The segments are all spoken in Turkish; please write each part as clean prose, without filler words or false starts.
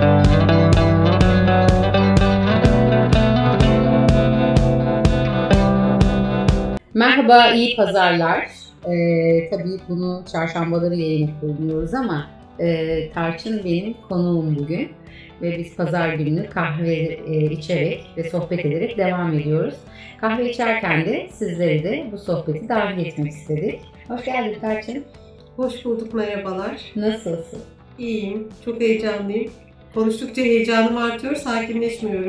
Merhaba, iyi pazarlar. Tabii bunu çarşambaları yayınlıyoruz ama Tarçın benim konuğum bugün. Ve biz pazar günü kahve içerek ve sohbet ederek devam ediyoruz. Kahve içerken de sizleri de bu sohbeti dahil etmek istedik. Hoş geldin Tarçın. Hoş bulduk, merhabalar. Nasılsın? İyiyim, çok heyecanlıyım. Konuştukça heyecanım artıyor, sakinleşmiyorum.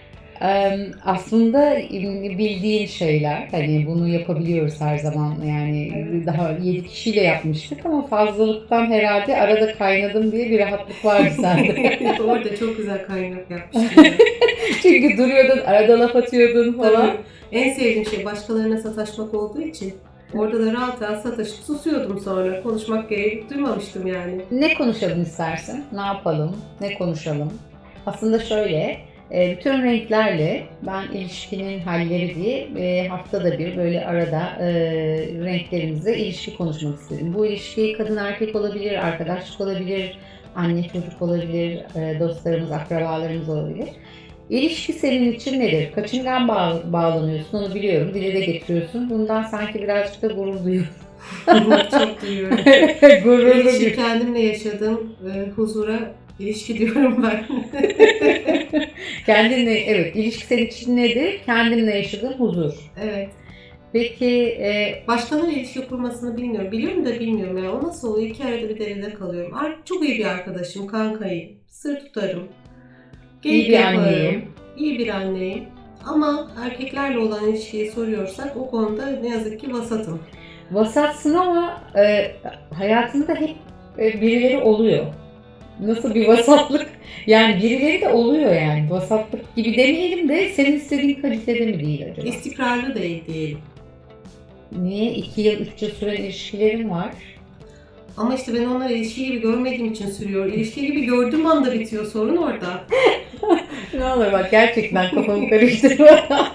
Aslında bildiğin şeyler, hani bunu yapabiliyoruz her zaman, yani daha 7 kişiyle yapmıştık ama fazlalıktan herhalde arada kaynadım diye bir rahatlık vardı sende. Orada çok güzel kaynak yapmıştım. Çünkü duruyordun, arada laf atıyordun falan. Tabii. En sevdiğim şey başkalarına sataşmak olduğu için orada da rahat rahat sataşıp susuyordum sonra. Konuşmak gereği duymamıştım yani. Ne konuşalım istersin? Ne yapalım? Ne konuşalım? Aslında şöyle, bütün renklerle ben ilişkinin halleri diye haftada bir böyle arada renklerimizle ilişki konuşmak istedim. Bu ilişki kadın erkek olabilir, arkadaşlık olabilir, anne çocuk olabilir, dostlarımız, akrabalarımız olabilir. İlişki senin için nedir? Kaçından bağlanıyorsun onu biliyorum, dile de getiriyorsun. Bundan sanki birazcık da gurur duyuyorum. Çok duyuyorum. Gururlu İlişki kendimle yaşadığım huzura ilişki diyorum ben. Kendinle, evet, ilişki senin için nedir? Kendinle yaşadığın huzur. Evet. Peki Başkalarıyla ilişki kurmasını bilmiyorum. Biliyorum da bilmiyorum yani. O nasıl oluyor? İki arada bir derede kalıyorum. Çok iyi bir arkadaşım, kankayım. Sır tutarım. iyi bir anneyim. İyi bir anneyim. Ama erkeklerle olan ilişkiyi soruyorsak o konuda ne yazık ki vasatım. Vasatsın ama hayatında hep birileri oluyor. Nasıl bir vasatlık? Yani birileri de oluyor yani. Vasatlık gibi demeyelim de senin istediğin kalitede mi değil acaba? İstikrarlı değil diyelim. Niye? 2 yıl, 3 yıl süren ilişkilerim var. Ama işte ben onları ilişki gibi görmediğim için sürüyor. İlişki gibi gördüğüm anda bitiyor, sorun orada. Ne olur bak, gerçekten kafamı karıştırmadan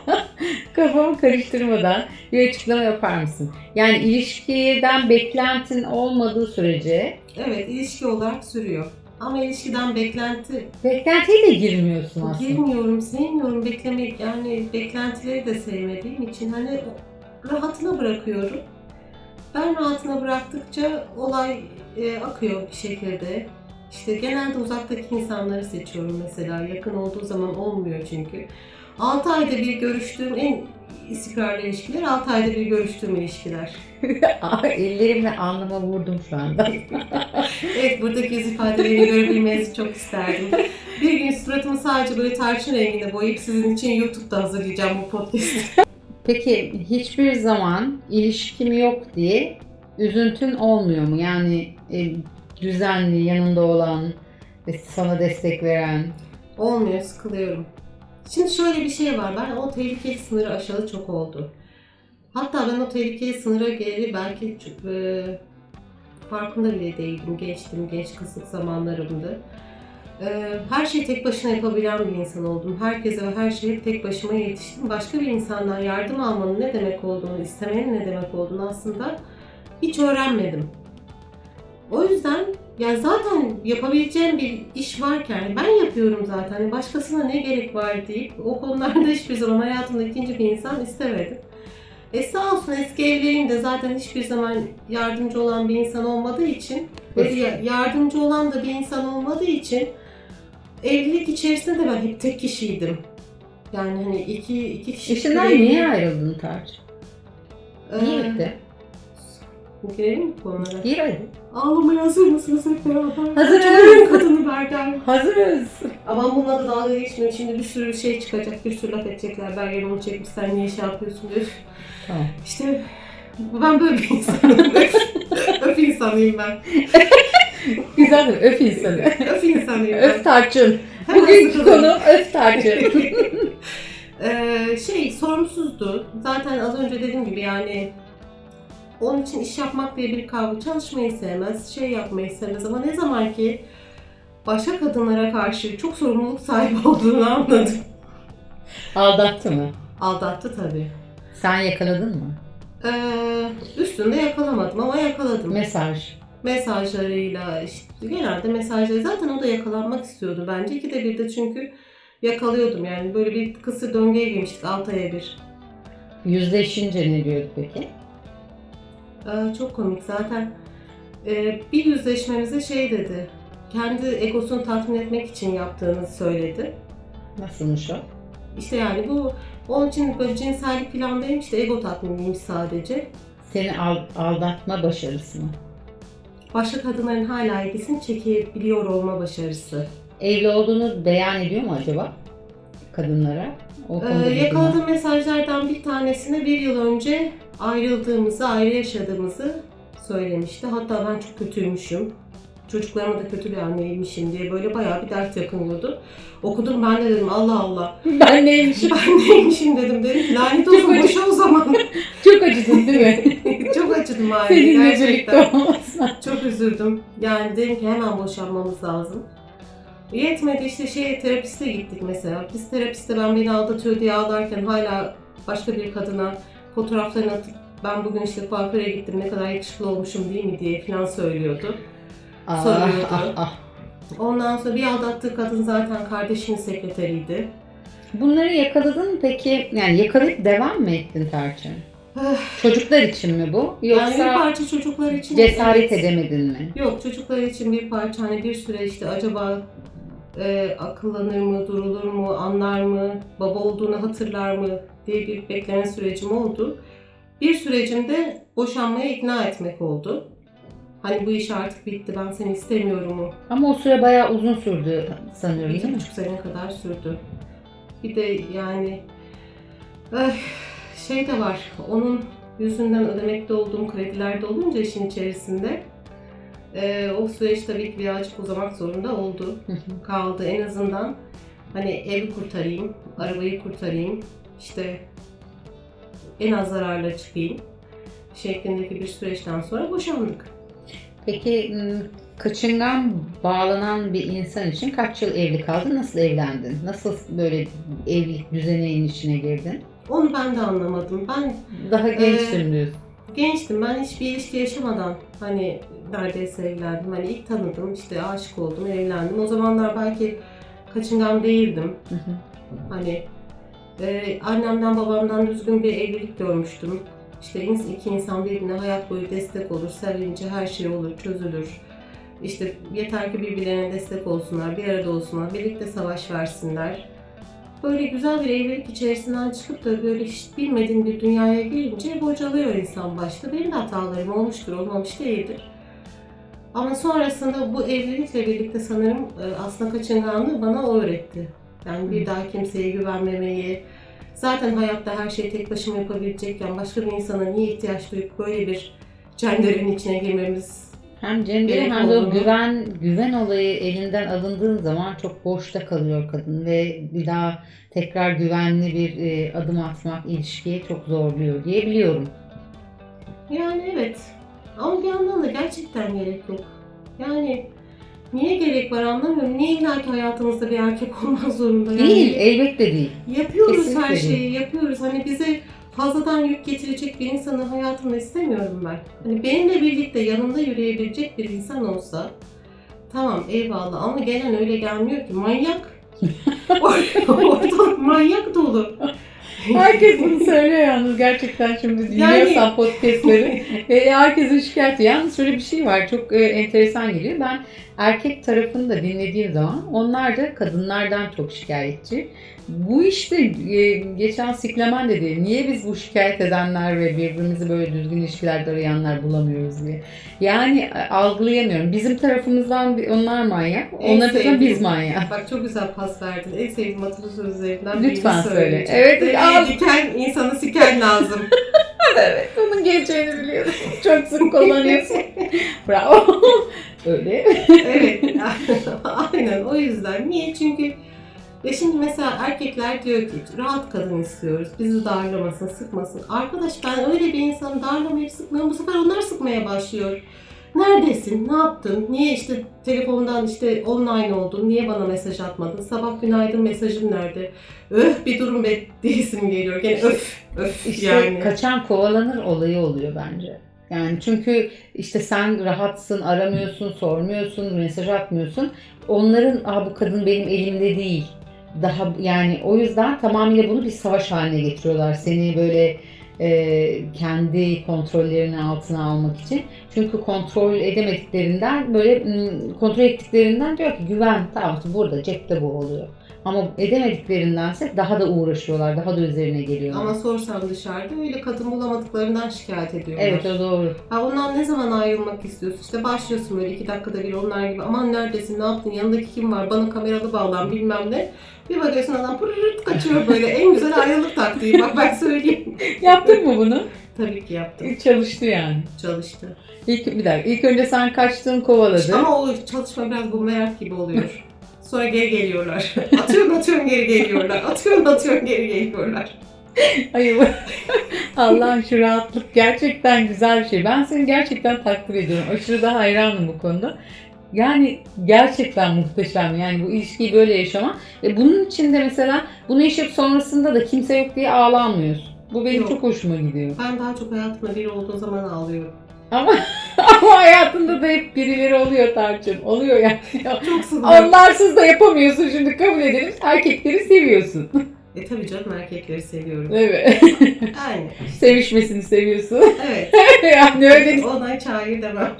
bir açıklama yapar mısın? Yani ilişkiden beklentin olmadığı sürece... Evet, ilişki olarak sürüyor. Ama ilişkiden Beklentiye de girmiyorsun aslında. Girmiyorum, sevmiyorum beklemek. Yani beklentileri de sevmediğim için hani rahatına bırakıyorum. Ben rahatına bıraktıkça olay akıyor bir şekilde. İşte genelde uzaktaki insanları seçiyorum mesela. Yakın olduğu zaman olmuyor çünkü. 6 ayda bir görüştüğüm en istikrarlı ilişkiler, 6 ayda bir görüştüğüm ilişkiler. Ellerimle alnıma vurdum şu anda. Evet, buradaki yüz ifadelerini görebilmenizi çok isterdim. Bir gün suratımı sadece böyle tarçın renginde boyayıp sizin için YouTube'da hazırlayacağım bu podcast'i. Peki hiçbir zaman ilişkim yok diye üzüntün olmuyor mu? Yani düzenli, yanında olan ve sana destek veren. Olmuyor, sıkılıyorum. Şimdi şöyle bir şey var, ben o tehlikeli sınırı aşalı çok oldu. Hatta ben o tehlikeli sınıra geleli belki farkında bile değildim, genç kızlık zamanlarımdı. Her şeyi tek başına yapabilen bir insan oldum. Herkese ve her şeye tek başıma yetiştim. Başka bir insandan yardım almanın ne demek olduğunu, istemenin ne demek olduğunu aslında hiç öğrenmedim. O yüzden yani zaten yapabileceğim bir iş varken ben yapıyorum zaten. Başkasına ne gerek var deyip o konularda hiçbir zaman hayatımda ikinci bir insan istemedim. Sağ olsun eski evlerimde zaten hiçbir zaman yardımcı olan bir insan olmadığı için, yardımcı olan da bir insan olmadığı için evlilik içerisinde de ben hep tek kişiydim. Yani hani iki kişi... Eşinden niye ayrıldın Tarçın? Niye bitti? Girelim mi konulara? Gir hadi. Ağlamaya hazır mısınız hep beraber? Hazırız. Kadını Bergen. Hazırız. Ama bununla da dalga geçmiyor. Şimdi bir sürü şey çıkacak, bir sürü laf edecekler. Bergen onu çekmiş, sen niye şey yapıyorsun diyor. Tamam. İşte ben böyle bir insanım. Öf insanıyım ben. Güzel mi? Öf insanı. Öf insanıyım ben. Öf Tarçın. Bugünkü konu öf Tarçın. Sorumsuzdu. Zaten az önce dediğim gibi yani onun için iş yapmak diye bir kavga, çalışmayı sevmez, yapmayı sevmez ama ne zaman ki başka kadınlara karşı çok sorumluluk sahibi olduğunu anladım. Aldattı mı? Aldattı tabii. Sen yakaladın mı? Üstünde yakalamadım ama yakaladım. Mesaj. mesajlarıyla, işte genelde mesajları, zaten o da yakalanmak istiyordu bence. 2'de 1'de çünkü yakalıyordum yani, böyle bir kısır döngüye girmiştik 6 aya bir. Yüzleşince ne diyordu peki? Çok komik zaten. Bir yüzleşmemize şey dedi, kendi egosunu tatmin etmek için yaptığını söyledi. Nasılmış o? İşte yani bu onun için böyle cinsellik falan değil, işte ego tatminiymiş sadece. Seni aldatma başarısı mı? Başka kadınların hala ilgisini çekebiliyor olma başarısı. Evli olduğunu beyan ediyor mu acaba kadınlara? O konuda Yakaladığım mesajlardan bir tanesine 1 yıl önce ayrıldığımızı, ayrı yaşadığımızı söylemişti. Hatta ben çok kötüymüşüm, çocuklarıma da kötü bir anneymişim diye böyle bayağı bir dert yakınıyordu. Okudum, ben de dedim Allah Allah. Ben neymişim? Ben neymişim dedim. Lanet olsun, boşa o zaman. Çok acıdın değil mi? Çok acıdım abi. Seninle birlikte Gerçekten. olmasına. Çok üzüldüm. Yani dedim ki hemen boşanmamız lazım. Yetmedi, işte terapiste gittik mesela. Biz terapiste ben beni aldatıyor diye ağlarken hala başka bir kadına fotoğraflarını atıp ben bugün işte kuaföre gittim, ne kadar yakışıklı olmuşum değil mi diye falan söylüyordu. Soruyordu. Ondan sonra bir aldattığı kadın zaten kardeşinin sekreteriydi. Bunları yakaladın mı peki? Yani yakalayıp devam mı ettin Tarçın? Çocuklar için mi bu? Yoksa Yani bir parça çocuklar için cesaret evet. edemedin mi? Yok, çocuklar için bir parça, hani bir süre işte acaba akıllanır mı, durulur mu, anlar mı, baba olduğunu hatırlar mı diye bir bekleme sürecim oldu. Bir sürecimde boşanmaya ikna etmek oldu. Hani bu iş artık bitti, ben seni istemiyorum mu? Ama o süre bayağı uzun sürdü sanıyorum değil mi? 2,5 sene kadar sürdü. Bir de yani şey de var, onun yüzünden ödemekte olduğum krediler de olunca işin içerisinde o süreç tabii ki birazcık uzamak zorunda oldu. Kaldı en azından, hani evi kurtarayım, arabayı kurtarayım, işte en az zararla çıkayım şeklindeki bir süreçten sonra boşandık. Peki kaçıngan bağlanan bir insan için kaç yıl evli kaldın? Nasıl evlendin? Nasıl böyle evlilik düzeninin içine girdin? Onu ben de anlamadım. Ben Daha gençtim diyorsun. gençtim. Ben hiçbir ilişki yaşamadan hani neredeyse evlendim. Hani ilk tanıdım, işte aşık oldum, evlendim. O zamanlar belki kaçıngan değildim. Hani annemden babamdan düzgün bir evlilik görmüştüm. İşte iki insan birbirine hayat boyu destek olur, sevince her şey olur, çözülür. İşte yeter ki birbirlerine destek olsunlar, bir arada olsunlar, birlikte savaş versinler. Böyle güzel bir evlilik içerisinden çıkıp da böyle hiç bilmediğin bir dünyaya girince bocalıyor insan başta. Benim de hatalarım olmuştur, olmamış değildir. Ama sonrasında bu evlilikle birlikte sanırım aslında kaçınganlığı bana o öğretti. Yani bir daha kimseye güvenmemeyi, zaten hayatta her şeyi tek başıma yapabilecekken başka bir insana niye ihtiyaç duyup böyle bir cenderin içine girmemiz. Hem cendere hem de o güven olayı elinden alındığın zaman çok boşta kalıyor kadın ve bir daha tekrar güvenli bir adım atmak ilişkiye çok zorluyor diye biliyorum. Yani evet. Ama bir yandan da gerçekten gerek yok. Yani niye gerek var anlamıyorum. Niye illa ki hayatımızda bir erkek olmak zorunda? Yani Değil, elbette değil. yapıyoruz Kesinlikle her şeyi, değil. yapıyoruz. Hani bize fazladan yük getirecek bir insanı hayatımda istemiyorum ben. Hani benimle birlikte yanımda yürüyebilecek bir insan olsa tamam, eyvallah, ama gelen öyle gelmiyor ki, manyak. Ortalık manyak dolu. Herkes bunu söylüyor yalnız, gerçekten şimdi dinliyorsan podcastleri herkesin şikayeti. Yalnız şöyle bir şey var, çok enteresan geliyor. Ben erkek tarafını da dinlediğim zaman onlar da kadınlardan çok şikayetçi. Bu işte geçen Siklemen dedi, niye biz bu şikayet edenler ve birbirimizi böyle düzgün ilişkilerde arayanlar bulamıyoruz diye. Yani algılayamıyorum. Bizim tarafımızdan onlar manyak, onlar tarafından biz manyak. Bak çok güzel pas verdin. En sevdiğim atasözlerinden Lütfen söyle. Evet. Diken insanı siken lazım. Evet, onun geleceğini biliyorum. Çok sık kullanıyorsun. Bravo. Öyle. Evet. Aynen, o yüzden. Niye? Çünkü ya şimdi mesela erkekler diyor ki rahat kadın istiyoruz, bizi darlamasın, sıkmasın. Arkadaş, ben öyle bir insanı darlamayıp sıkmıyorum, bu sefer onlar sıkmaya başlıyor. Neredesin, ne yaptın, niye işte telefondan işte online oldun, niye bana mesaj atmadın, sabah günaydın mesajın nerede? Bir durum diyesim geliyor, gene öf İşte yani. kaçan kovalanır olayı oluyor bence. Yani çünkü işte sen rahatsın, aramıyorsun, sormuyorsun, mesaj atmıyorsun. Onların bu kadın benim elimde değil. Daha yani o yüzden tamamıyla bunu bir savaş haline getiriyorlar. Seni böyle kendi kontrollerinin altına almak için. Çünkü kontrol edemediklerinden böyle kontrol ettiklerinden diyor ki güven, tamam burada cepte bu oluyor. Ama edemediklerindense daha da uğraşıyorlar, daha da üzerine geliyorlar. Ama sorsan dışarıda öyle kadın bulamadıklarından şikayet ediyorlar. Evet, o doğru. Ondan ne zaman ayrılmak istiyorsun? İşte başlıyorsun böyle 2 dakikada bir onlar gibi. Aman neredesin, ne yaptın, yanındaki kim var, bana kameralı bağlan bilmem ne. Bir bakıyorsun adam pırırt kaçıyor böyle. En güzel ayrılık taktiği, bak ben söyleyeyim. Yaptın mı bunu? Tabii ki yaptım. Çalıştı yani. Çalıştı. İlk önce sen kaçtın, kovaladın. Ama o çalışma biraz bumerang gibi oluyor. Sonra geri geliyorlar. Atıyorsun geri geliyorlar. Atıyorsun geri geliyorlar. Hayır, Allah'ım şu rahatlık gerçekten güzel bir şey. Ben seni gerçekten takdir ediyorum. Aşırı da hayranım bu konuda. Yani gerçekten muhteşem. Yani bu ilişkiyi böyle yaşama. Ve bunun için de mesela bunu yaşayıp sonrasında da kimse yok diye ağlanmıyorsun. Bu benim çok hoşuma gidiyor. Ben daha çok hayatımda biri olduğu zaman ağlıyorum. Ama hayatında da hep birileri oluyor Tarçın. Oluyor yani. Çok sıkılıyorum. Onlarsız da yapamıyorsun, şimdi kabul edelim. Erkekleri seviyorsun. Tabii canım, erkekleri seviyorum. Evet. Yani. Sevişmesini seviyorsun. Evet. Yani öyle Ona hiç hayır demem.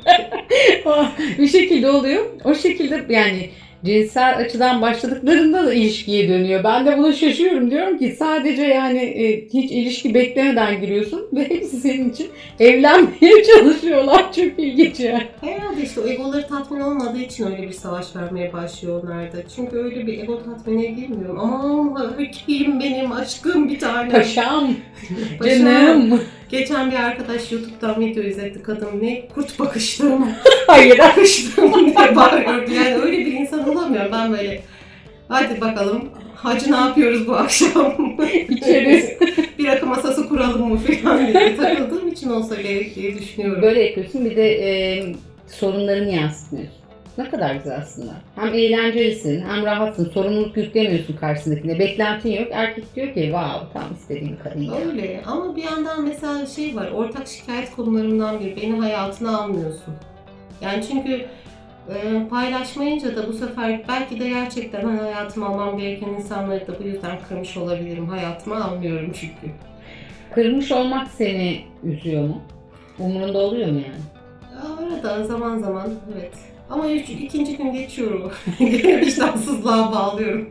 bir şekilde oluyor. O şekilde yani cinsel açıdan başladıklarında da ilişkiye dönüyor. Ben de buna şaşıyorum. Diyorum ki sadece yani hiç ilişki beklemeden giriyorsun ve hepsi senin için evlenmeye çalışıyorlar. Çok ilginç yani. Herhalde işte o egoları tatmin olmadığı için öyle bir savaş vermeye başlıyor onlarda. Çünkü öyle bir ego tatmine girmiyorum. Aman erkeğim benim, aşkım bir tane. Paşam, Paşam. canım. Geçen bir arkadaş YouTube'dan video izletti, kadın ne kurt bakıştım, Hayır. bakıştım diye bağırıyordu. Yani öyle bir insan olamıyorum ben böyle. Hadi bakalım hacı ne yapıyoruz bu akşam? İçeriz. Bir rakı masası kuralım mı falan diye takıldığım için olsa gerek diye düşünüyorum. Böyle yapıyorsun, bir de sorunlarını yansıtmıyorsun. Ne kadar güzel aslında. Hem eğlencelisin, hem rahatsın, sorumluluk yüklemiyorsun karşısındakine. Beklentin yok. Erkek diyor ki wow, tam istediğim kadın ya. Öyle ama bir yandan mesela şey var, ortak şikayet konularımdan biri, beni hayatına almıyorsun. Yani çünkü paylaşmayınca da bu sefer belki de gerçekten hayatıma almam gereken insanları da bu yüzden kırmış olabilirim. Hayatıma almıyorum çünkü. Kırmış olmak seni üzüyor mu? Umurunda oluyor mu yani? Arada zaman zaman evet. Ama ikinci gün geçiyorum. Vicdansızlığa bağlıyorum.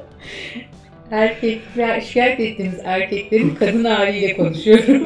Erkekler, şikayet ettiğimiz erkeklerin kadın haliyle konuşuyorum.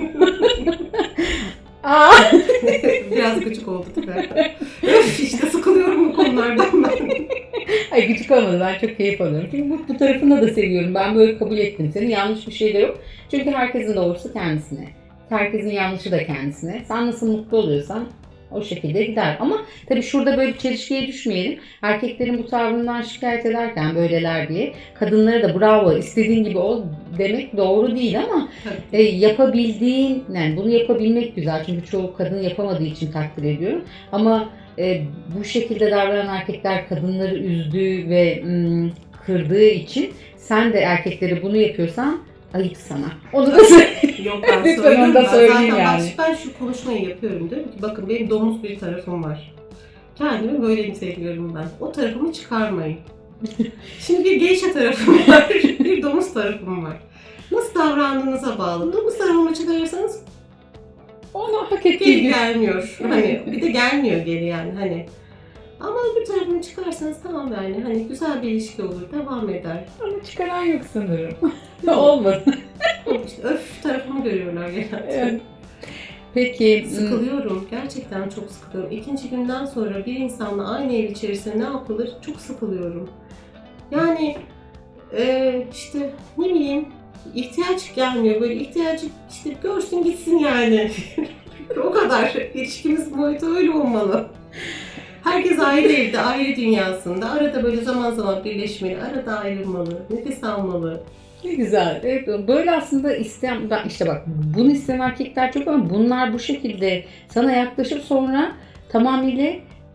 Biraz gıcık oldu değil mi? İşte sıkılıyorum bu konulardan ben. Ay gıcık olmadı, ben çok keyif alıyorum. Çünkü bu tarafını da seviyorum. Ben böyle kabul ettim seni. Yanlış bir şey de yok. Çünkü herkesin doğrusu kendisine. Herkesin yanlışı da kendisine. Sen nasıl mutlu oluyorsan o şekilde gider. Ama tabii şurada böyle bir çelişkiye düşmeyelim. Erkeklerin bu tavrından şikayet ederken böyleler diye kadınlara da bravo, istediğin gibi ol demek doğru değil ama yapabildiğin, yani bunu yapabilmek güzel. Çünkü çoğu kadın yapamadığı için takdir ediyorum. Ama bu şekilde davranan erkekler kadınları üzdüğü ve kırdığı için sen de erkeklere bunu yapıyorsan ayıp sana. Onu da Yok ben lütfen söylüyorum. onu da Ben söyleyeyim zaten yani. ben şu konuşmayı yapıyorum. Diyorum ki bakın benim domuz bir tarafım var. Kendimi böyle niteliyorum ben. O tarafımı çıkarmayın. Şimdi bir geyşe tarafım var. Bir domuz tarafım var. Nasıl davrandığınıza bağlı. Domuz tarafımı çıkarırsanız ona hak geri ettiği gelmiyor. Hani bir de gelmiyor geri yani hani. Ama öbür tarafını çıkarsanız tamam yani hani güzel bir ilişki olur, devam eder. ama çıkaran yok sanırım. Olmadı. İşte öf tarafımı görüyorlar genelde. Evet. Peki. Sıkılıyorum. Gerçekten çok sıkılıyorum. İkinci günden sonra bir insanla aynı ev içerisinde ne yapılır? Çok sıkılıyorum. Yani işte ne bileyim ihtiyaç gelmiyor. Böyle ihtiyacı işte görsün gitsin yani. O kadar. İlişkimiz boyutu öyle olmalı. Herkes ayrı evde, ayrı dünyasında. Arada böyle zaman zaman birleşmeli, arada ayrılmalı, nefes almalı. Ne güzel. Evet, böyle aslında isteyen, işte bak bunu isteyen erkekler çok ama bunlar bu şekilde sana yaklaşıp sonra tamamıyla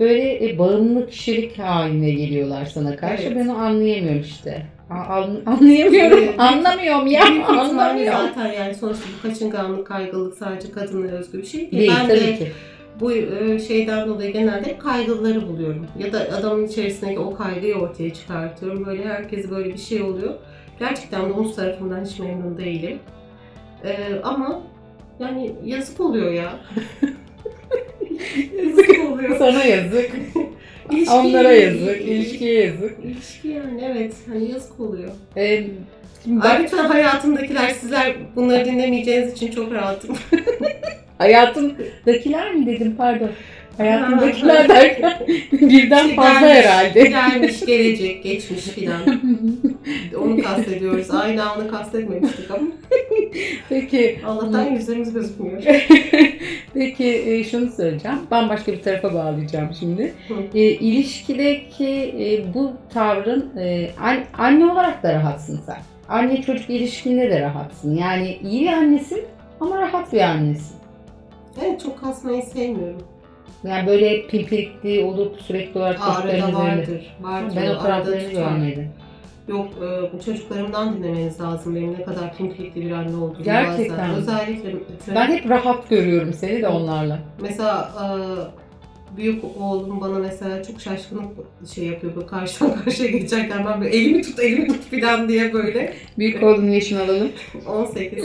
böyle bağımlı kişilik haline geliyorlar sana karşı. Evet. Ben onu anlayamıyorum işte. Anlayamıyorum. Evet. Anlamıyorum ya. Büyük ihtimalle Anlamıyorum. zaten yani sonuçta bu kaçınganlık, kaygılılık sadece kadınlara özgü bir şey değil. Değil Ben tabii de ki. bu şeyden dolayı genelde hep kaygılıları buluyorum. Ya da adamın içerisindeki o kaygıyı ortaya çıkartıyorum. Böyle herkes böyle bir şey oluyor. Gerçekten de omuz tarafından hiç memnun değilim. Ama yani yazık oluyor ya. yazık oluyor. Sana yazık. İlişki- Onlara yazık. İlişkiye yazık. İlişki yani evet. Hani yazık oluyor. Şimdi Ay, lütfen hayatımdakiler, sizler bunları dinlemeyeceğiniz için çok rahatım. hayatımdakiler mi dedim, pardon. Hayatımdakiler derken birden İşte fazla gelmiş, herhalde. Gelmiş, gelecek, geçmiş filan. Onu kastediyoruz. Aynı anı kastetmemiştik ama. Peki. Allah'tan yüzlerimiz gözükmüyor. Peki şunu söyleyeceğim. Bambaşka bir tarafa bağlayacağım şimdi. Hı. İlişkideki bu tavrın anne olarak da rahatsın sen. Anne çocuk ilişkinde de rahatsın. Yani iyi bir annesin ama rahat bir annesin. Evet, çok kasmayı sevmiyorum. Yani böyle pimpirikli olup sürekli olarak çocukların Arada üzerinde. vardır. Ben o Arada taraflarını tutar. görmedim. Yok, çocuklarımdan dinlemeniz lazım benim ne kadar pimpirikli bir anne olduğumu. Gerçekten bazen. mi? Özellikle Ben hep rahat görüyorum seni de onlarla. mesela büyük oğlum bana mesela çok şaşkınlık şey yapıyor, böyle karşıdan karşıya geçerken ben böyle elimi tut filan diye böyle. Büyük oğlum yaşını alalım. 18.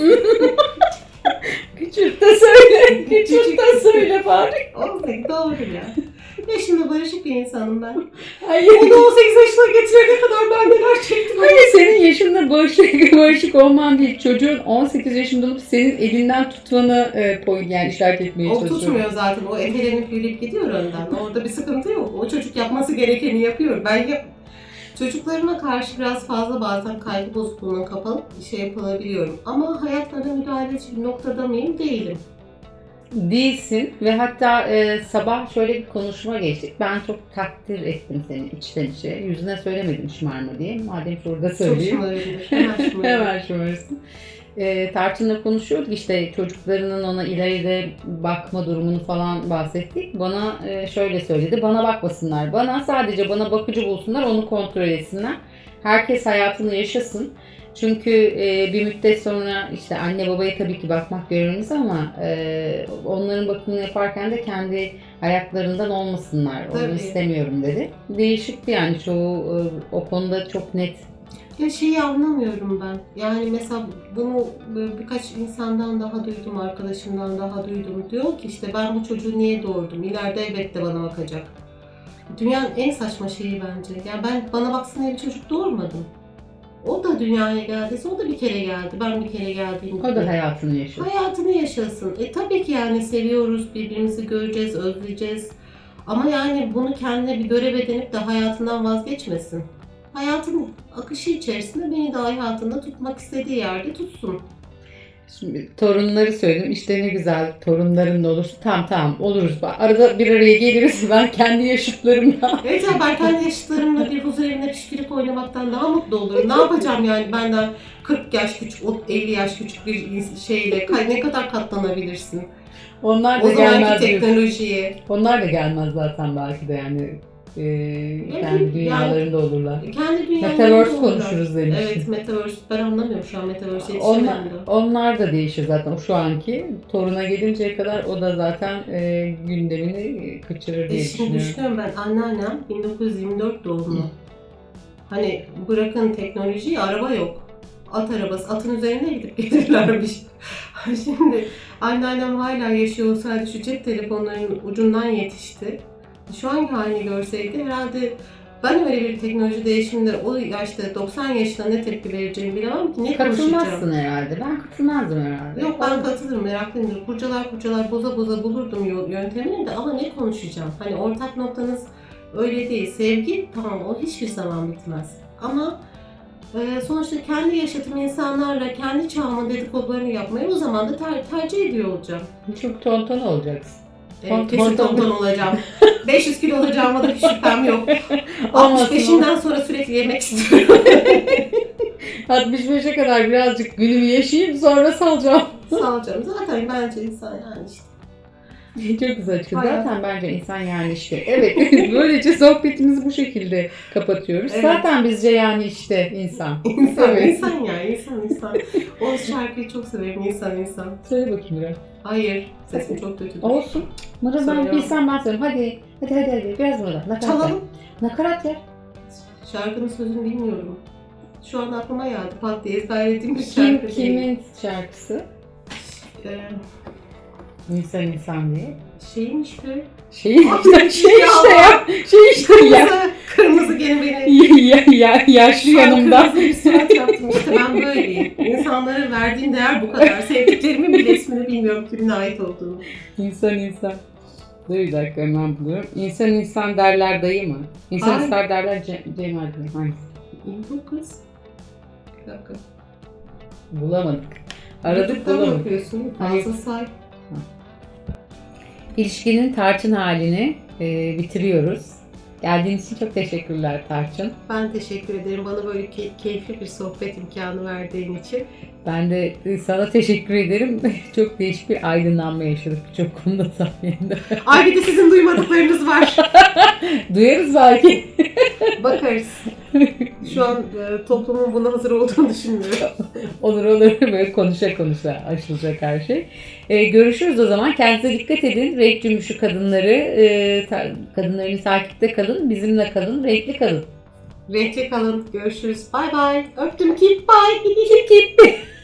Küçült de söyle. Küçült de söyle bari. 18 doğru ya. Yaşında barışık bir insanım ben. Hayır. Onu 18 yaşına getirene kadar ben neler çektim. Hayır, senin yaşında barışık olman değil. Çocuğun 18 yaşında olup senin elinden tutmanı yani işaret etmeye O çalışıyorum. tutmuyor zaten. O etelenip yürüyüp gidiyor önden. Orada bir sıkıntı yok. O çocuk yapması gerekeni yapıyor. Çocuklarıma karşı biraz fazla bazen kaygı bozukluğuna kapalı şey yapabiliyorum. Ama hayatlarına müdahaleci bir noktada mıyım? Değilim. Değilsin ve hatta sabah şöyle bir konuşma geçtik. Ben çok takdir ettim seni içten içe. Yüzüne söylemedim şımarma diye. Madem şurada Çok söyleyeyim. şımarabilir. Hemen şımarabilir. Hemen şımarırsın. Tarçın'la konuşuyorduk işte çocuklarının ona ileride bakma durumunu falan bahsettik. Bana şöyle söyledi. Bana bakmasınlar. Sadece bana bakıcı bulsunlar, onu kontrol etsinler. Herkes hayatını yaşasın. Çünkü bir müddet sonra işte anne babaya tabii ki bakmak görevimiz ama onların bakımını yaparken de kendi ayaklarından olmasınlar. Onu Tabii. istemiyorum dedi. Değişikti yani çoğu o konuda çok net. Ya şeyi anlamıyorum ben. Yani mesela bunu birkaç insandan daha duydum, arkadaşımdan daha duydum. Diyor ki işte ben bu çocuğu niye doğurdum? İleride elbette bana bakacak. Dünyanın en saçma şeyi bence. Yani ben bana baksın diye bir çocuk doğurmadım. O da dünyaya geldiyse o da bir kere geldi. Ben bir kere geldiğimde. O da hayatını yaşıyor. Hayatını yaşasın. Tabii ki yani seviyoruz, birbirimizi göreceğiz, özleyeceğiz. Ama yani bunu kendine bir görev edinip de hayatından vazgeçmesin. Hayatın akışı içerisinde beni de hayatında tutmak istediği yerde tutsun. Şimdi torunları söyledim. İşte ne güzel torunların da olursa. Tamam oluruz. Arada bir araya geliriz. Ben kendi yaşıtlarımla. Evet ya, ben kendi yaşıtlarımla bir huzur evinde pişkirik oynamaktan daha mutlu olurum. Ne yapacağım yani benden 40 yaş küçük, 50 yaş küçük bir şeyle ne kadar katlanabilirsin? Onlar da O zamanki gelmez diyorsun. teknolojiye. Onlar da gelmez zaten belki de yani. Kendi dünyalarında olurlar. Kendi dünyalarında Metaverse olurlar. konuşuruz demiştim. Evet, Metaverse. Ben anlamıyorum şu an Metaverse yetişemedim de. Onlar da değişir zaten. O şu anki toruna gelinceye kadar o da zaten gündemini kaçırır diye Şimdi düşünüyorum. düşünüyorum, ben anneannem 1924 doğumlu. Hani bırakın teknolojiyi, araba yok. At arabası, atın üzerine gidip gelirlermiş. Şimdi anneannem hala yaşıyor olsaydı şu cep telefonlarının ucundan yetişti. Şu anki halini görseydi herhalde ben öyle bir teknoloji değişiminde o yaşta 90 yaşında ne tepki vereceğimi bilemem ki, ne konuşacağım. Katılmazsın herhalde. Ben katılmazdım herhalde. Yok, ben katılırım, meraklıyımdır. Kurcalar boza bulurdum yöntemini de, ama ne konuşacağım? Hani ortak noktanız öyle değil. Sevgi tamam, o hiçbir zaman bitmez. Ama sonuçta kendi yaşadığım insanlarla kendi çağımın dedikodularını yapmayı o zaman da tercih ediyor olacağım. Çok tonton olacaksın. Evet, kesin tonton olacağım. 500 kilo olacağıma da hiç şüphem yok. Olmasın 65'inden sonra sürekli yemek istiyorum. 65'e kadar birazcık günümü yaşayayım sonra salacağım. Sağ ol canım. Zaten bence insan yani işte. Çok güzel çıktı. Bayağı. Zaten bence insan yani işte. Evet. Böylece sohbetimizi bu şekilde kapatıyoruz. Evet. Zaten bizce yani işte insan. İnsan, Evet. insan ya, insan. O şarkıyı çok severim, insan. Söyle bakayım biraz. Hayır, sesim çok kötüdür. Olsun. Mırıl ben Söyle. bilsem ben söyleyeyim. Hadi. Biraz mırıl. Nakarat Çalalım. yap. Nakarat yap. Şarkının sözünü bilmiyorum. Şu an aklıma geldi. Pat diye ezberlediğim bir şarkı değil. Kimin şarkısı? İnsan diye. Şeyin işte. Şey işte ya. Kırmızı gene beni. Yaşlı Şu an yanımda. kırmızı bir surat yaptım. İşte ben böyleyim. İnsanlara verdiğim değer bu kadar. Sevdiklerimin bile ismini bilmiyorum kimin ait olduğunu. İnsan. Dur bir dakika hemen buluyorum. İnsan derler dayı mı? İnsan Ay. ister derler Cemal mi? Hangisi? İyi bu kız. Bir dakika. Bulamadık. Aradık YouTube'dan bulamadık. bakıyorsun. Hayır. Fazla say. İlişkinin tarçın halini bitiriyoruz. Geldiğin için çok teşekkürler Tarçın. Ben teşekkür ederim. Bana böyle keyifli bir sohbet imkanı verdiğin için. Ben de sana teşekkür ederim. Çok değişik bir aydınlanma yaşadık birçok konuda sayende. Ay bir de sizin duymadıklarınız var. Duyarız belki. Bakarız. Şu an toplumun buna hazır olduğunu düşünmüyorum. Olur böyle konuşa aşılacak her şey. Görüşürüz o zaman. Kendinize dikkat edin. Renk cümbüşü kadınlarını takipte kalın. Bizimle kalın. Renkli kalın. Renkli kalın. Görüşürüz. Bay bay. Öptüm ki. Bye. Kip kip.